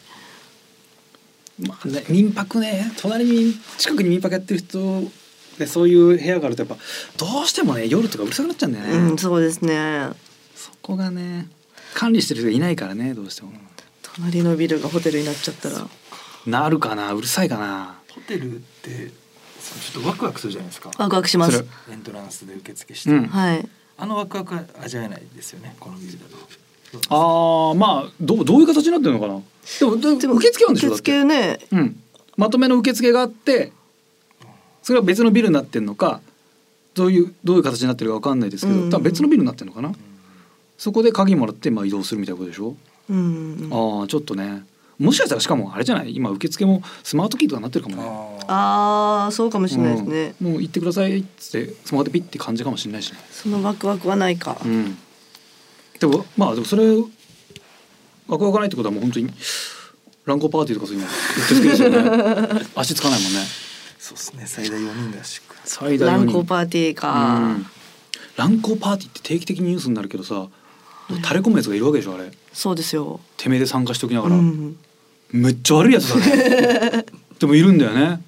民泊ね、近くに民泊やってる人でそういう部屋があるとやっぱどうしてもね、夜とかうるさくなっちゃうんだよね。 そうですね。 そこがね、管理してる人がいないからね、どうしても。 隣のビルがホテルになっちゃったらなるかな、うるさいかな。 ホテルってちょっとワクワクするじゃないですか。 ワクワクします。 エントランスで受付して、あのワクワクは味わえないですよね、このビルだと。 どういう形になってるのかな。でも受付あるんでしょ。 受付ね、 まとめの受付があって、それは別のビルになってるのか、どういう形になってるかわかんないですけど、多分別のビルになってるのかな。そこで鍵もらって移動するみたいなことでしょ。ちょっとね、 もしかしたらしかもあれじゃない、今受付もスマートキーとかなってるかもね。 そうかもしれないですね、 もう行ってくださいっつってスマホでピッて感じかもしれないしね。 そのワクワクはないか。 でもまあでもそれワクワクないってことはもう本当に乱交パーティーとかそういうのうってつけですよね足つかないもんね。 そうですね、最大4人だし最大4人乱交パーティーか、 乱交パーティーって定期的にニュースになるけどさ、垂れ込むやつがいるわけでしょあれ。 そうですよ。 てめえで参加しておきながら、めっちゃ悪いやつだねでもいるんだよね。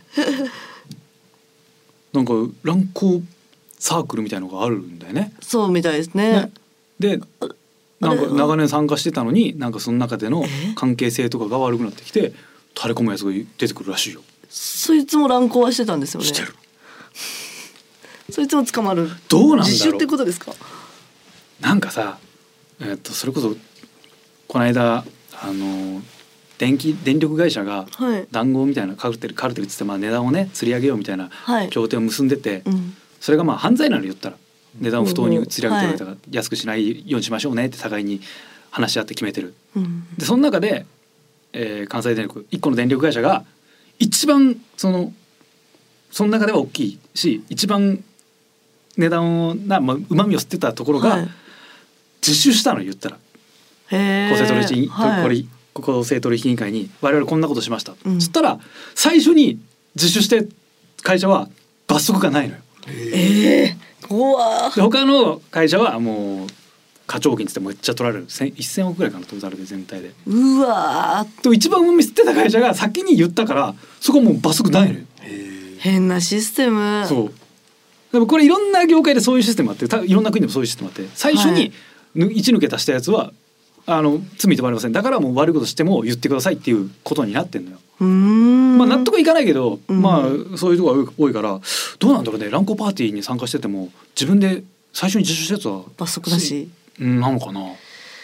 なんか乱交サークルみたいのがあるんだよね。 そうみたいですね。 でなんか長年参加してたのになんかその中での関係性とかが悪くなってきて垂れ込むやつが出てくるらしいよ。 そいつも乱交はしてたんですよね。 してる。 そいつも捕まる。 どうなんだろう。 自首ってことですか。 なんかさ、それこそこの間電力会社が談合みたいなカルテルっつってまあ値段をね釣り上げようみたいな協定を結んでて、それがまあ犯罪なの言ったら値段を不当に釣り上げてられたから安くしないようにしましょうねって互いに話し合って決めてる。でその中で、関西電力1個の電力会社が一番その中では大きいし一番値段をうまみを吸ってたところが自首したの言ったら、公正取引委員会に我々こんなことしました、そしたら最初に自首して会社は罰則がないのよ。 うわで他の会社はもう課徴金つってめっちゃ取られる1000億ぐらいかなトータルで全体で。 うわと一番ミスってた会社が先に言ったからそこはもう罰則ないのよ。 変なシステム。 そうでもこれいろんな業界でそういうシステムあっていろんな国でもそういうシステムあって最初に一抜け足したやつは罪とばれませんだからもう悪いことしても言ってくださいっていうことになってんのよ。まあ納得いかないけど、まあそういうところが多いからどうなんだろうね。乱交パーティーに参加してても自分で最初に自首したやつは罰則だしなのかな。いや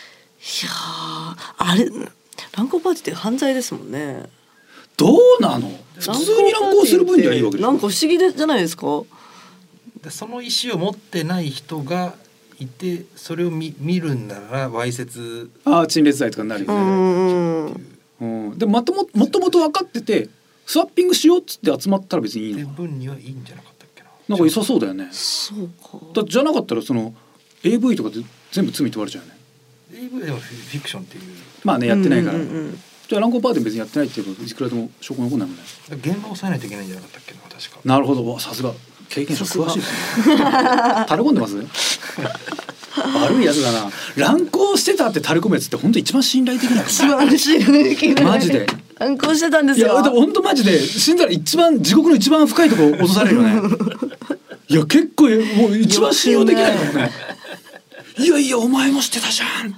あれ乱交パーティーって犯罪ですもんね。 どうなの。普通に乱交する分にはいいわけでしょ。 なんか不思議じゃないですか。 その意思を持ってない人がいてそれを見るんならわいせつ陳列罪とかになるよね。でももともと分かっててスワッピングしようっつって集まったら別にいいのか。 分にはいいんじゃなかったっけな。 なんか良さそうだよね。 そうか。 だってじゃなかったらその AV とかで全部罪問われちゃうよね。 AV でもフィクションっていうまあねやってないから、じゃあ乱交パーティー別にやってないっていうこといくらでも証拠残んないもんね。 現場を押さえないといけないんじゃなかったっけな確か。 なるほど。さすが経験者詳しいですね。垂れ込んでます悪いやつだな。乱交してたって垂れ込むやつって本当一番信頼できない。 一番信頼できない。 マジで乱交してたんですよ。 いやでも本当マジで死んだら地獄の一番深いところ落とされるよねいや結構もう一番信用できないもんねいやお前もしてたじゃん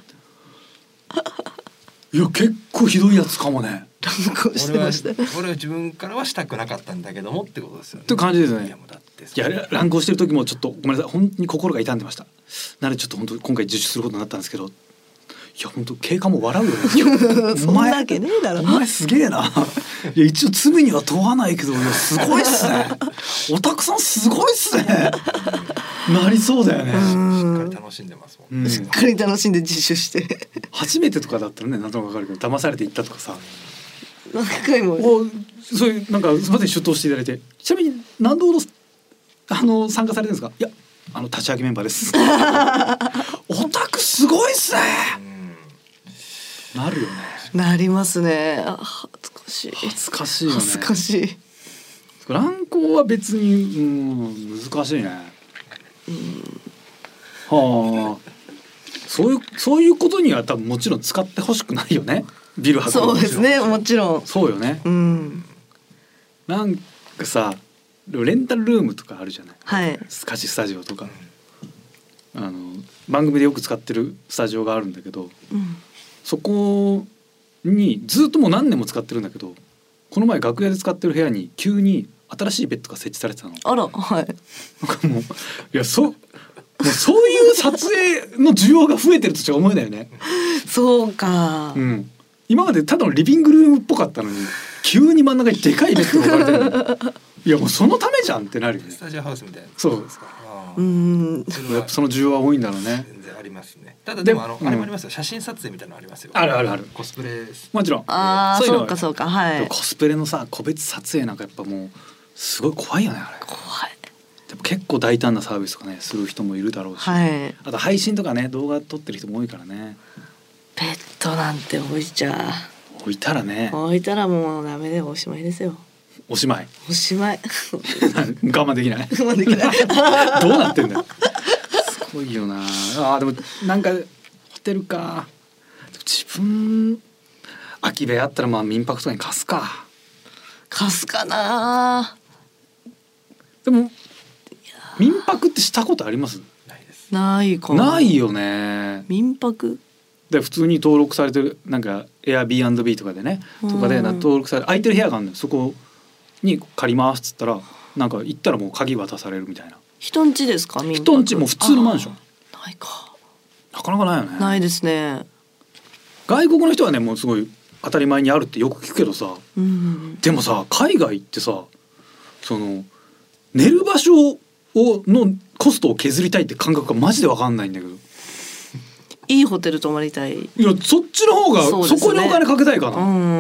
いや結構ひどいやつかもね。 乱交してました。 俺は自分からはしたくなかったんだけどもってことですよね。 って感じですね。 いやもうだっていや乱交してる時もちょっとごめんなさい本当に心が痛んでました。なのでちょっと本当今回自首することになったんですけど、いや本当経過も笑うよねそんなわけねえだろ。 お前すげえな。いや一応罪には問わないけどいやすごいっすねおたくさんすごいっすねなりそうだよね。 しっかり楽しんでますもん、 しっかり楽しんで自首して初めてとかだったらねなんとなくわかるけど騙されて行ったとかさ何回もそういうなんかすみません出頭していただいてちなみに何度ほど参加されてるんですか。いや立ち上げメンバーですオタクすごいっすねなるよね。 なりますね。恥ずかしい。 恥ずかしいよね。 恥ずかしい。 乱交は別に難しいね。はあそういうことには多分もちろん使ってほしくないよね。ビル博そうですねもちろん。 そうよね。なんかさレンタルルームとかあるじゃない。 はい。 貸しスタジオとか番組でよく使ってるスタジオがあるんだけど、そこにずっともう何年も使ってるんだけどこの前楽屋で使ってる部屋に急に新しいベッドが設置されてたの。 あらはい。 なんかもうそういう撮影の需要が増えてるとしか思えないよね。 そうか。 今までただのリビングルームっぽかったのに急に真ん中にでかいベッドが置かれてるいやもうそのためじゃんってなるよね。 スタジオハウスみたいな。 そうですか。やっぱその需要は多いんだろうね。 全然ありまますね。ただでもあれもありますよ、写真撮影みたいなのありますよ。 あるあるある。 コスプレもちろん。 ああ、そうかそうか、はい。 コスプレのさ個別撮影なんかやっぱもうすごい怖いよねあれ。 怖い。 でも結構大胆なサービスとかねする人もいるだろうし、 はい。 あと配信とかね動画撮ってる人も多いからね。 ペットなんて置いちゃ置いたらね置いたらもうダメでおしまいですよ。 おしまい。 おしまい。 我慢できない。 我慢できない。 どうなってんだよ。すごいよなあ。でもなんかホテルか。自分空き部屋あったらまあ民泊とかに貸すか。 貸すかな。 でも民泊ってしたことあります？ ないです。 ないか。 ないよね。 民泊。 で普通に登録されてるなんか Airbnb とかでねとかで登録されて空いてる部屋があるのよ。そこに借りますっつったらなんか行ったらもう鍵渡されるみたいな。 人ん家ですか？民泊。 人ん家もう普通のマンション。 ないか。 なかなかないよね。 ないですね。 外国の人はねもうすごい当たり前にあるってよく聞くけどさ、 うん、 でもさ海外ってさその寝る場所のコストを削りたいって感覚がマジで分かんないんだけど。 いいホテル泊まりたい。 いやそっちの方が そこにお金かけたいかな。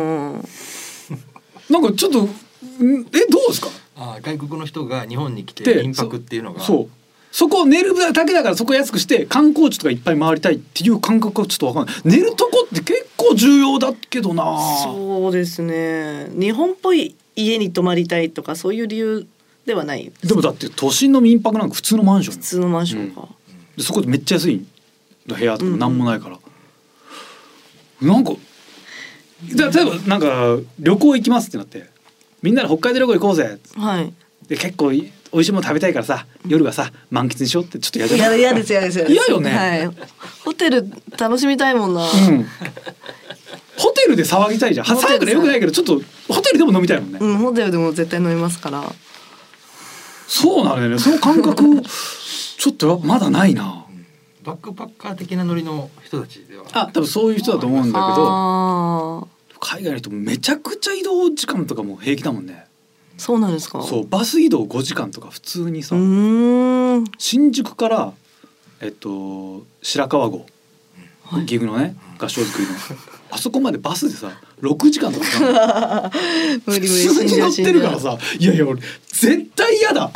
なんかちょっとどうですか。 外国の人が日本に来て民泊っていうのがそこ寝るだけだからそこ安くして観光地とかいっぱい回りたいっていう感覚がちょっと分かんない。寝るとこって結構重要だけどな。 そうですね。日本っぽい家に泊まりたいとかそういう理由ではない。 でもだって都心の民泊なんか普通のマンション。 普通のマンションか。 でそこでめっちゃ安い部屋とかなんもないから、なんか例えばなんか旅行行きますってなってみんなで北海道旅行行こうぜ、 はい、 で結構美味しいもの食べたいからさ夜はさ満喫にしようってちょっと嫌じゃない？ 嫌です嫌です嫌よね、 はい、ホテル楽しみたいもんな、 ホテルで騒ぎたいじゃん。騒ぐのよくないけどちょっとホテルでも飲みたいもんね、 ホテルでも絶対飲みますから。 そうなのよね。その感覚ちょっとまだないな。 バックパッカー的なノリの人たちでは多分そういう人だと思うんだけど、海外の人めちゃくちゃ移動時間とかも平気だもんね。 そうなんですか。 そうバス移動5時間とか普通にさ新宿から白川郷、岐阜のね合掌造りのあそこまでバスでさ6時間とか無理普通に乗ってるからさいや俺絶対嫌だ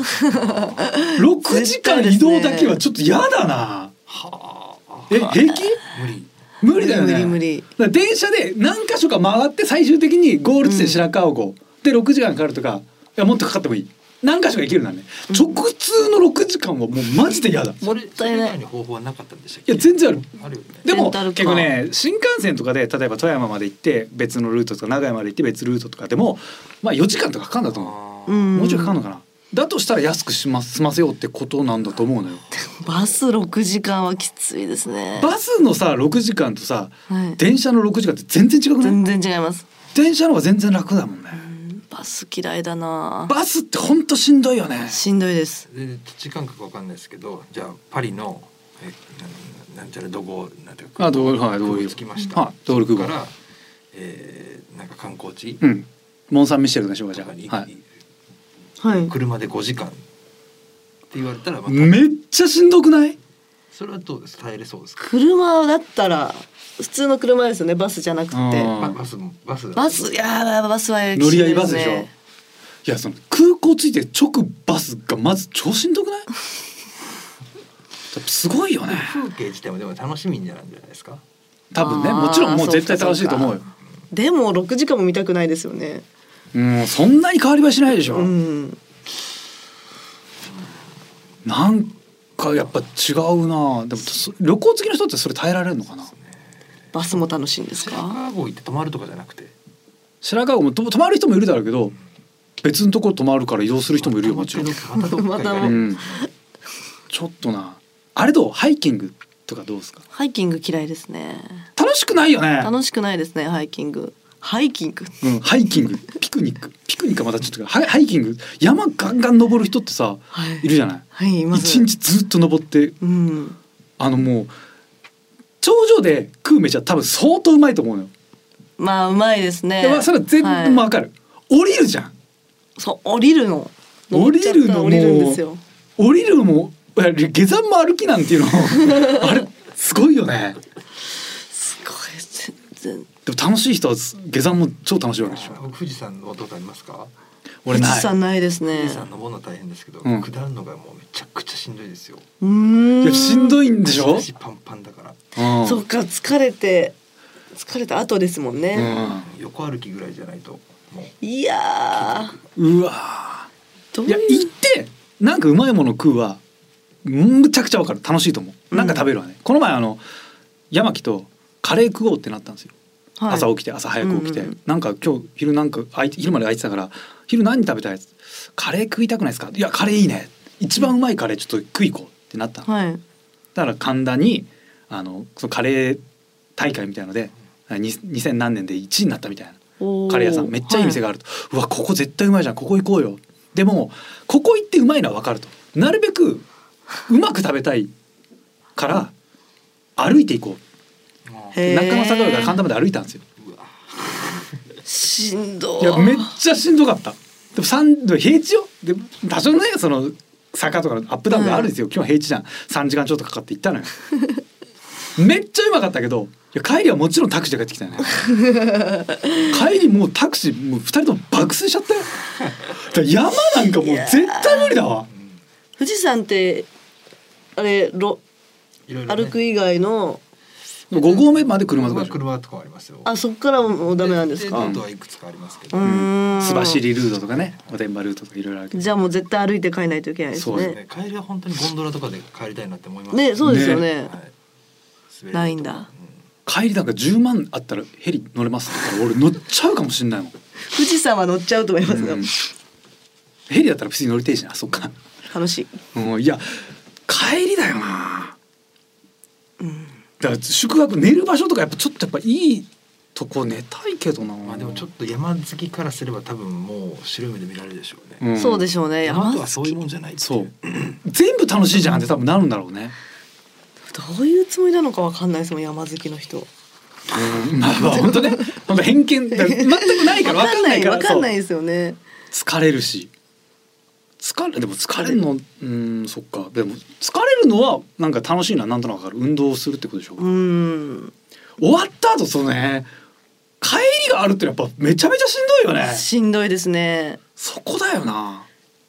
6時間移動だけはちょっと嫌だな。平気？無理だよね。 無理だから電車で何箇所か回って最終的にゴール地点白川郷で6時間かかるとか、いやもっとかかってもいい。何箇所か行けるなんね。直通の6時間はもうマジで嫌だ。 もったいない方法はなかったんでしたっけ？ いや全然ある。 あるよね。 でも結構ね新幹線とかで例えば富山まで行って別のルートとか名古屋まで行って別ルートとかでもまあ4時間とかかかるんだと思う。もうちょいかかるのかな。だとしたら安く済ませようってことなんだと思うのよ。 バス6時間はきついですね。 バスのさ6時間とさ、 はい、 電車の6時間って全然違くない？ 全然違います。 電車の方が全然楽だもんね。 バス嫌いだな。 バスってほんとしんどいよね。 しんどいです。 で土地感覚わかんないですけど、じゃあパリのなんちゃらどこなんていうかどう着きました。 ドール空港から、なんか観光地、 モンサンミシェルでしょうかじゃあ。 はい。 車で5時間って言われたらめっちゃしんどくない？ それはどうです？耐えれそうですか？ 車だったら普通の車ですよね。バスじゃなくて。 バスいやバスは乗り合いバスでしょ。いやその空港着いて直バスがまず超しんどくない？すごいよね。 風景自体もでも楽しみんじゃないですか？ 多分ねもちろんもう絶対楽しいと思うよ。 でも6時間も見たくないですよね。 そんなに変わりはしないでしょ。なんかやっぱ違うな。でも旅行好きの人ってそれ耐えられるのかな。 バスも楽しいんですか？ 白川郷行って泊まるとかじゃなくて、 白川郷も泊まる人もいるだろうけど、別のところ泊まるから移動する人もいるよもちろん。ちょっとな。あれどう？ハイキングとかどうですか？ ハイキング嫌いですね。 楽しくないよね。 楽しくないですねハイキング。ハイキング、 ハイキングピクニックはまたちょっとハイキング山ガンガン登る人ってさ、いるじゃない。一日ずっと登って、もう頂上で食う飯は多分相当うまいと思うのよ。 まあうまいですね。 それは全部わかる。降りるじゃん。 そう降りるの降りるのも降りるんですよ。 降りるのも下山も歩きなんていうのあれすごいよね。 すごい全然。 でも楽しい人は下山も超楽しいわけでしょ。 富士山登ったことありますか？ 俺ない。 富士山ないですね。 富士山登るの大変ですけど、 うん下るのがもうめちゃくちゃしんどいですよ。 いやしんどいんでしょ。 足パンパンだから。 うん、 そっか、疲れた後ですもんね。 横歩きぐらいじゃないともう。 いやうん、うわー、 いや行ってなんかうまいもの食うはむちゃくちゃわかる。楽しいと思う。なんか食べるわね、この前山木とカレー食おうってなったんですよ、 はい、 朝起きて朝早く起きて、 うんうん、 なんか今日昼なんか昼まで空いてたから昼何食べたい？カレー食いたくないですか？いやカレーいいね、一番うまいカレーちょっと食い行こうってなったの、 はい、 だから神田にそのカレー大会みたいので2000何年で1位になったみたいなカレー屋さんめっちゃいい店があると、はい、うわここ絶対うまいじゃん、ここ行こうよ。でもここ行ってうまいのは分かると、なるべくうまく食べたいから歩いていこう。中野坂上から神田まで歩いたんですよ。 しんどいやめっちゃしんどかった。でも平地よ。で多少のねその坂とかのアップダウンがあるんですよ、今日は平地じゃん。3時間ちょっとかかって行ったのよめっちゃうまかったけど、いや帰りはもちろんタクシーで帰ってきたよね帰りもうタクシーもう2人とも爆睡しちゃったよだから山なんかもう絶対無理だわ。 富士山ってあれいろいろね、 歩く以外の 5合目まで車とかでしょ。 車とかありますよ。 あ、そっからもうダメなんですか？ ルートはいくつかありますけど、 須走ルートとかね、御殿場ルートとかいろいろあるけど、 じゃあもう絶対歩いて帰らないといけないですね。 そうですね、帰りは本当にゴンドラとかで帰りたいなって思いますね、そうですよね。 はい、 ないんだ。 帰りなんか10万あったらヘリ乗れますって言ったら俺乗っちゃうかもしれないもん。 富士山は乗っちゃうと思いますが、 ヘリだったら普通に乗りたいしな、そっか。 楽しい。 いや帰りだよな。だから宿泊寝る場所とかやっぱちょっといいとこ寝たいけどな。 まあでもちょっと山好きからすれば多分もう白い目で見られるでしょうね。 そうでしょうね。 山とはそういうもんじゃないっていう。 そう全部楽しいじゃんって多分なるんだろうね。 どういうつもりなのかわかんないですもん、山好きの人。 まあ本当ね、本当偏見だ全くないから分かんないからわかんないですよね。 疲れるし。でも疲れるのそっか。でも疲れるのはなんか楽しいのはなんとなく分かる。運動をするってことでしょ。終わった後そのね帰りがあるってやっぱめちゃめちゃしんどいよね。 しんどいですね。 そこだよな。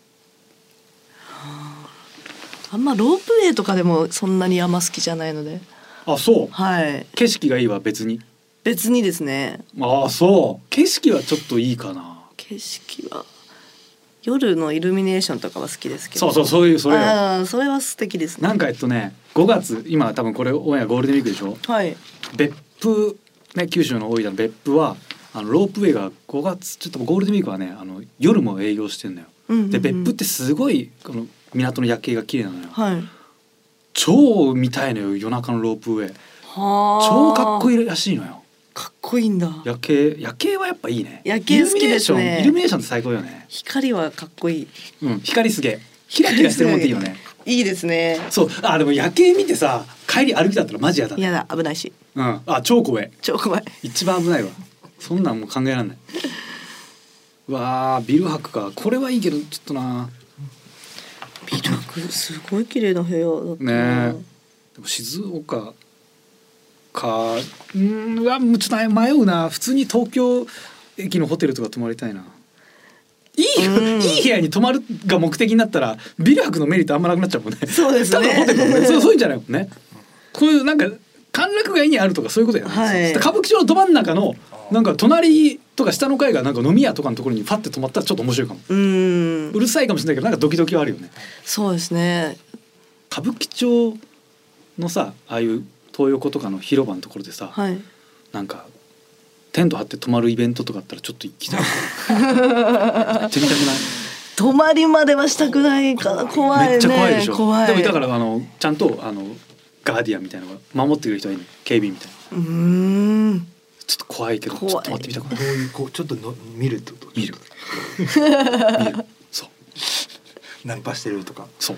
あんまロープウェイとかでもそんなに山好きじゃないので。 あ、そう。 はい。 景色がいいは別に。 別にですね。 あ、そう。景色はちょっといいかな。 景色は夜のイルミネーションとかは好きですけど。 そういうそれよ。 それは素敵ですね。 なんか5月今多分これオンエアゴールデンウィークでしょ。 はい。 別府ね、九州の大分の別府はロープウェイが5月ちょっとゴールデンウィークはね夜も営業してんのよ。で別府ってすごいこの港の夜景が綺麗なのよ。 はい。 超見たいのよ、夜中のロープウェイ。超かっこいいらしいのよ。 かっこいいんだ。 夜景はやっぱいいね。 夜景好きですね。 イルミネーションって最高よね。 光はかっこいい。 光すげえキラキラしてるもんっていいよね。 いいですね。 そう。でも夜景見てさ帰り歩きだったらマジやだ。 やだ、危ないし。 超怖い。 超怖い。 一番危ないわ。そんなんもう考えられない。わあ、ビル泊か。これはいいけどちょっとな。 ビル泊すごい綺麗な部屋だったね。でも静岡か。ちょっと迷うな。普通に東京駅のホテルとか泊まりたいな。いい部屋に泊まるが目的になったらビル泊のメリットあんまなくなっちゃうもんね。 そうですね。 ただホテルだもんね。そういうんじゃないもんね。こういうなんか歓楽街にあるとかそういうことやね。はい、歌舞伎町のど真ん中のなんか隣とか下の階がなんか飲み屋とかのところにファって泊まったらちょっと面白いかも。うるさいかもしれないけどなんかドキドキはあるよね。 そうですね。 歌舞伎町のさああいう東横とかの広場のところでさ、はい、なんかテント張って泊まるイベントとかあったらちょっと行きたい。行ってみたくない？ 泊まりまではしたくないかな。怖いね。めっちゃ怖いでしょ。怖い。 でもだからちゃんとガーディアンみたいなのが守ってくれる人がいる、警備員みたいな。ちょっと怖いけどちょっと泊まってみたくない？ どういうちょっと見るってこと？ 見る。そう。 ナンパしてるとか。 そう。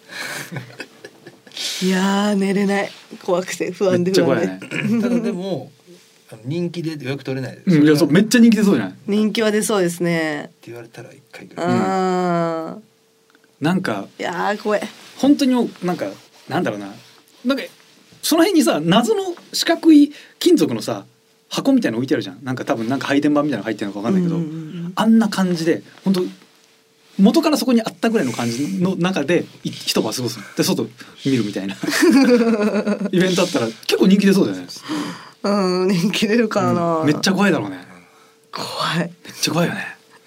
いや寝れない。怖くて不安で。 めっちゃ怖いね。 ただでも人気で予約取れない。 いやそうめっちゃ人気出そうじゃない？ 人気は出そうですね。 って言われたら1回ぐらい。 なんかいや怖い。 本当になんかなんだろうな。なんかその辺にさ謎の四角い金属のさ箱みたいなの置いてあるじゃん。なんか多分なんか配電盤みたいなの入ってるのか分かんないけど、あんな感じで本当元からそこにあったぐらいの感じの中で一晩過ごすので外見るみたいなイベントあったら結構人気出そうだよね。 人気出るからな、 めっちゃ怖いだろうね。 怖い。 めっちゃ怖いよね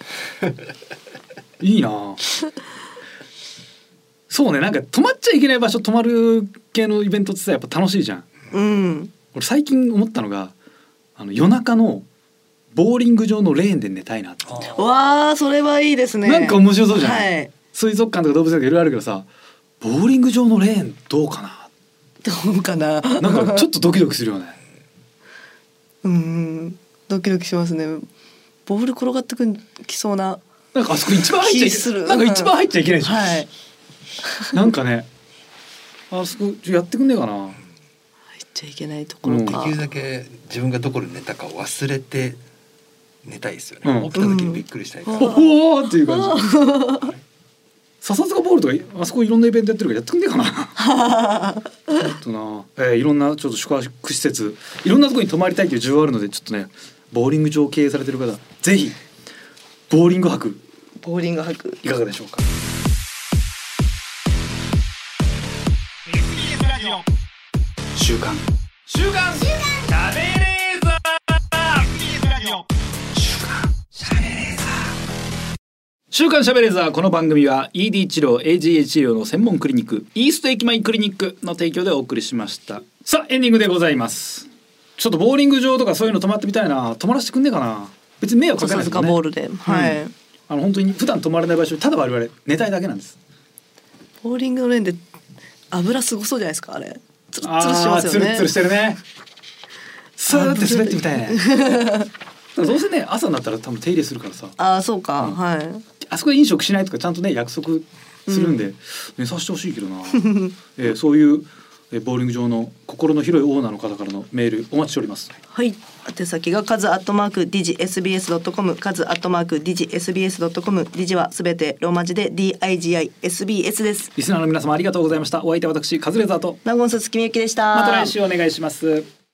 いいなそうね。なんか泊まっちゃいけない場所泊まる系のイベントってさやっぱ楽しいじゃん。俺最近思ったのが夜中のボーリング場のレーンで寝たいなって。 わあそれはいいですね。 なんか面白そうじゃない、 はい、 水族館とか動物園とかいろいろあるけどさボーリング場のレーンどうかな。 どうかななんかちょっとドキドキするよねドキドキしますね。ボール転がってきそうな。 なんかあそこ一番入っちゃいけない。なんか一番入っちゃいけないでしょ、 はい、 なんかねあそこやってくんねえかな。 入っちゃいけないところか、 できるだけ自分がどこで寝たかを忘れて寝たいですよね、起きた時にびっくりしたいから、 おおっていう感じ笹塚ボールとかあそこいろんなイベントやってるからやってくんねえかなちょっとな、いろんなちょっと宿泊施設いろんなところに泊まりたいという需要あるのでちょっとねボーリング場を経営されてる方ぜひボーリング泊いかがでしょうか。週刊しゃべれーザ週刊しゃべれーザー。この番組は ED 治療 AGA 治療の専門クリニックイースト駅前クリニックの提供でお送りしました。さあエンディングでございます。ちょっとボーリング場とかそういうの泊まってみたいな。泊まらせてくんねえかな。別に迷惑かけないですよね。 ボールで、はい、 本当に普段泊まれない場所にただ我々寝たいだけなんです。 ボーリングのレーンで油すごそうじゃないですか。あれツルツルしてますよね。 ツルツルしてるね。スーって滑ってみたいねどうせね朝になったら多分手入れするからさ。 そうか、はい。 あそこで飲食しないとかちゃんとね約束するんで、寝させてほしいけどなそういうボーリング場の心の広いオーナーの方からのメールお待ちしております。 はい、宛先がkazu@digisbs.com kazu@digisbs.com ディジはすべてローマ字で DIGISBS です。 リスナーの皆様ありがとうございました。お相手は私カズレーザーと納言鈴木みゆきでした。 また来週お願いします。